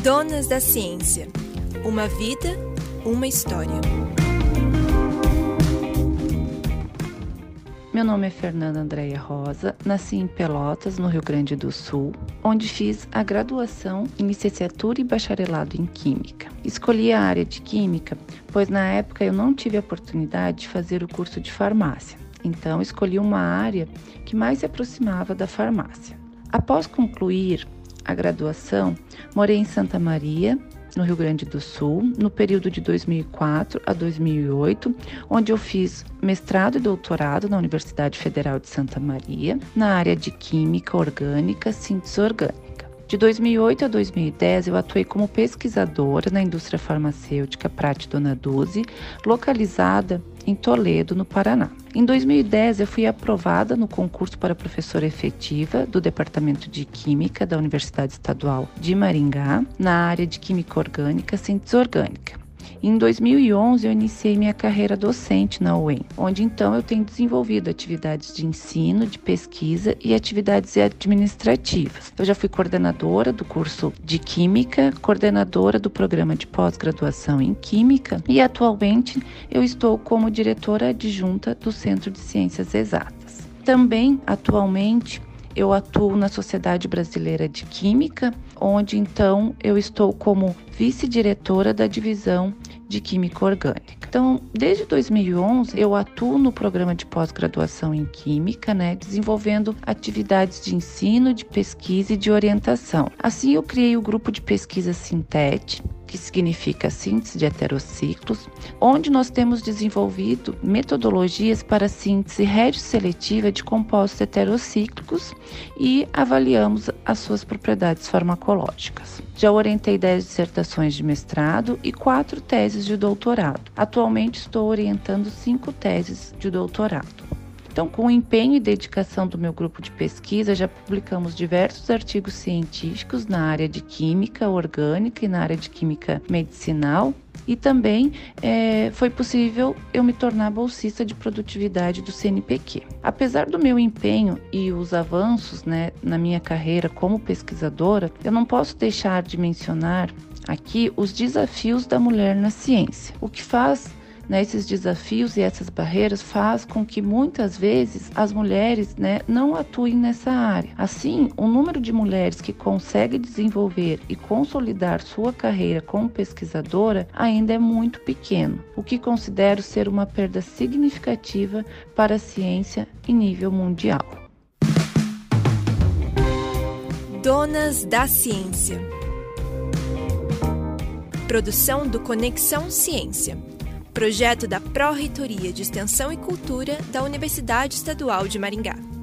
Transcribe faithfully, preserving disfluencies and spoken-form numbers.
Donas da Ciência. Uma vida, uma história. Meu nome é Fernanda Andréia Rosa, nasci em Pelotas, no Rio Grande do Sul, onde fiz a graduação em licenciatura e bacharelado em Química. Escolhi a área de Química, pois na época eu não tive a oportunidade de fazer o curso de farmácia, então escolhi uma área que mais se aproximava da farmácia. Após concluir a graduação, morei em Santa Maria, no Rio Grande do Sul, no período de dois mil e quatro a dois mil e oito, onde eu fiz mestrado e doutorado na Universidade Federal de Santa Maria, na área de Química Orgânica, Síntese Orgânica. De dois mil e oito a dois mil e dez, eu atuei como pesquisadora na indústria farmacêutica Prate Dona Dulce, localizada em Toledo, no Paraná. Em dois mil e dez, eu fui aprovada no concurso para professora efetiva do Departamento de Química da Universidade Estadual de Maringá, na área de Química Orgânica, Síntese Orgânica. Em dois mil e onze, eu iniciei minha carreira docente na U E M, onde então eu tenho desenvolvido atividades de ensino, de pesquisa e atividades administrativas. Eu já fui coordenadora do curso de Química, coordenadora do programa de pós-graduação em Química e atualmente eu estou como diretora adjunta do Centro de Ciências Exatas. Também, atualmente, eu atuo na Sociedade Brasileira de Química, onde então eu estou como vice-diretora da divisão de Química Orgânica. Então, desde dois mil e onze, eu atuo no programa de pós-graduação em Química, né, desenvolvendo atividades de ensino, de pesquisa e de orientação. Assim, eu criei o grupo de pesquisa Sintete, que significa síntese de heterociclos, onde nós temos desenvolvido metodologias para síntese radioseletiva de compostos heterocíclicos e avaliamos as suas propriedades farmacológicas. Já orientei dez dissertações de mestrado e quatro teses de doutorado. Atualmente estou orientando cinco teses de doutorado. Então, com o empenho e dedicação do meu grupo de pesquisa, já publicamos diversos artigos científicos na área de química orgânica e na área de química medicinal. E também é, foi possível eu me tornar bolsista de produtividade do C N P Q. Apesar do meu empenho e os avanços, né, na minha carreira como pesquisadora, eu não posso deixar de mencionar aqui os desafios da mulher na ciência, o que faz Né, esses desafios e essas barreiras faz com que muitas vezes as mulheres, né, não atuem nessa área. Assim, o número de mulheres que conseguem desenvolver e consolidar sua carreira como pesquisadora ainda é muito pequeno, o que considero ser uma perda significativa para a ciência em nível mundial. Donas da Ciência. Produção do Conexão Ciência. Projeto da Pró-Reitoria de Extensão e Cultura da Universidade Estadual de Maringá.